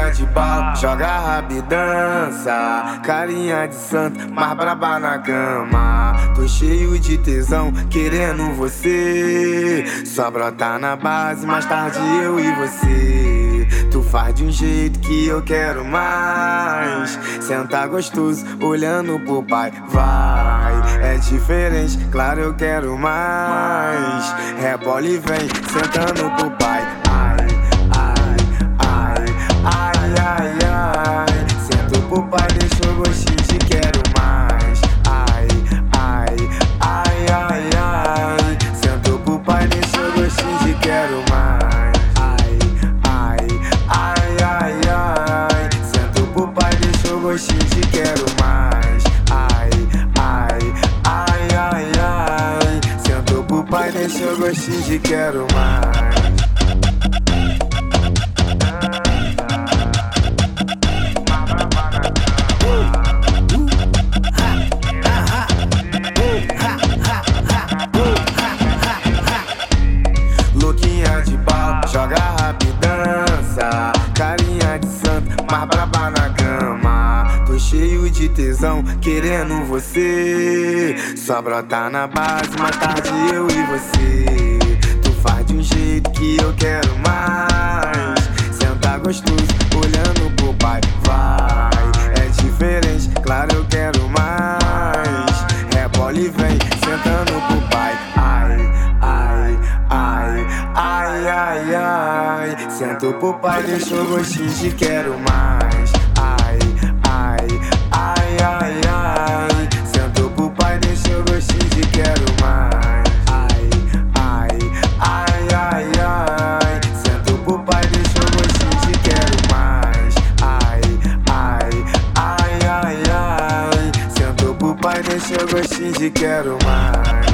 Louquinha de bala, joga rabo e dança. Carinha de santo, mais braba na cama. Tô cheio de tesão, querendo você. Só brotar na base, mais tarde eu e você. Tu faz de um jeito que eu quero mais. Senta gostoso, olhando pro pai. Vai, é diferente, claro eu quero mais. Rebola e vem, sentando pro pai. Ai, ai, ai, ai, ai, ai. Sento pro pai, deixa o gostinho de quero mais. Ai, ai, ai, ai, ai. Sento pro pai, deixa o gostinho de quero mais. Ai, ai, ai, ai, ai. Sento pro pai, deixa o gostinho de quero mais. Ai, ai, ai, ai, ai. Sento pro pai, deixa o gostinho de quero mais. Louquinha de bala, joga rabo e dança. Carinha de santo, mais braba na cama. Tô cheio de tesão, querendo você. Só brotar na base, mais tarde eu e você. Tu faz de um jeito que eu quero mais. Senta gostoso, olhando pro pai. Vai, é diferente, claro eu quero mais. Rebola e vem, sentando pro pai. Ai, ai, ai, ai, ai, ai. Sento pro pai, deixa o gostinho de quero mais. Ai, ai, ai, ai, ai. Sento pro pai, deixa o gostinho de quero mais. Ai, ai, ai, ai, ai. Sento pro pai, deixa o gostinho de quero mais. Ai, ai, ai, ai, ai. Sento pro pai, deixa o gostinho de quero mais.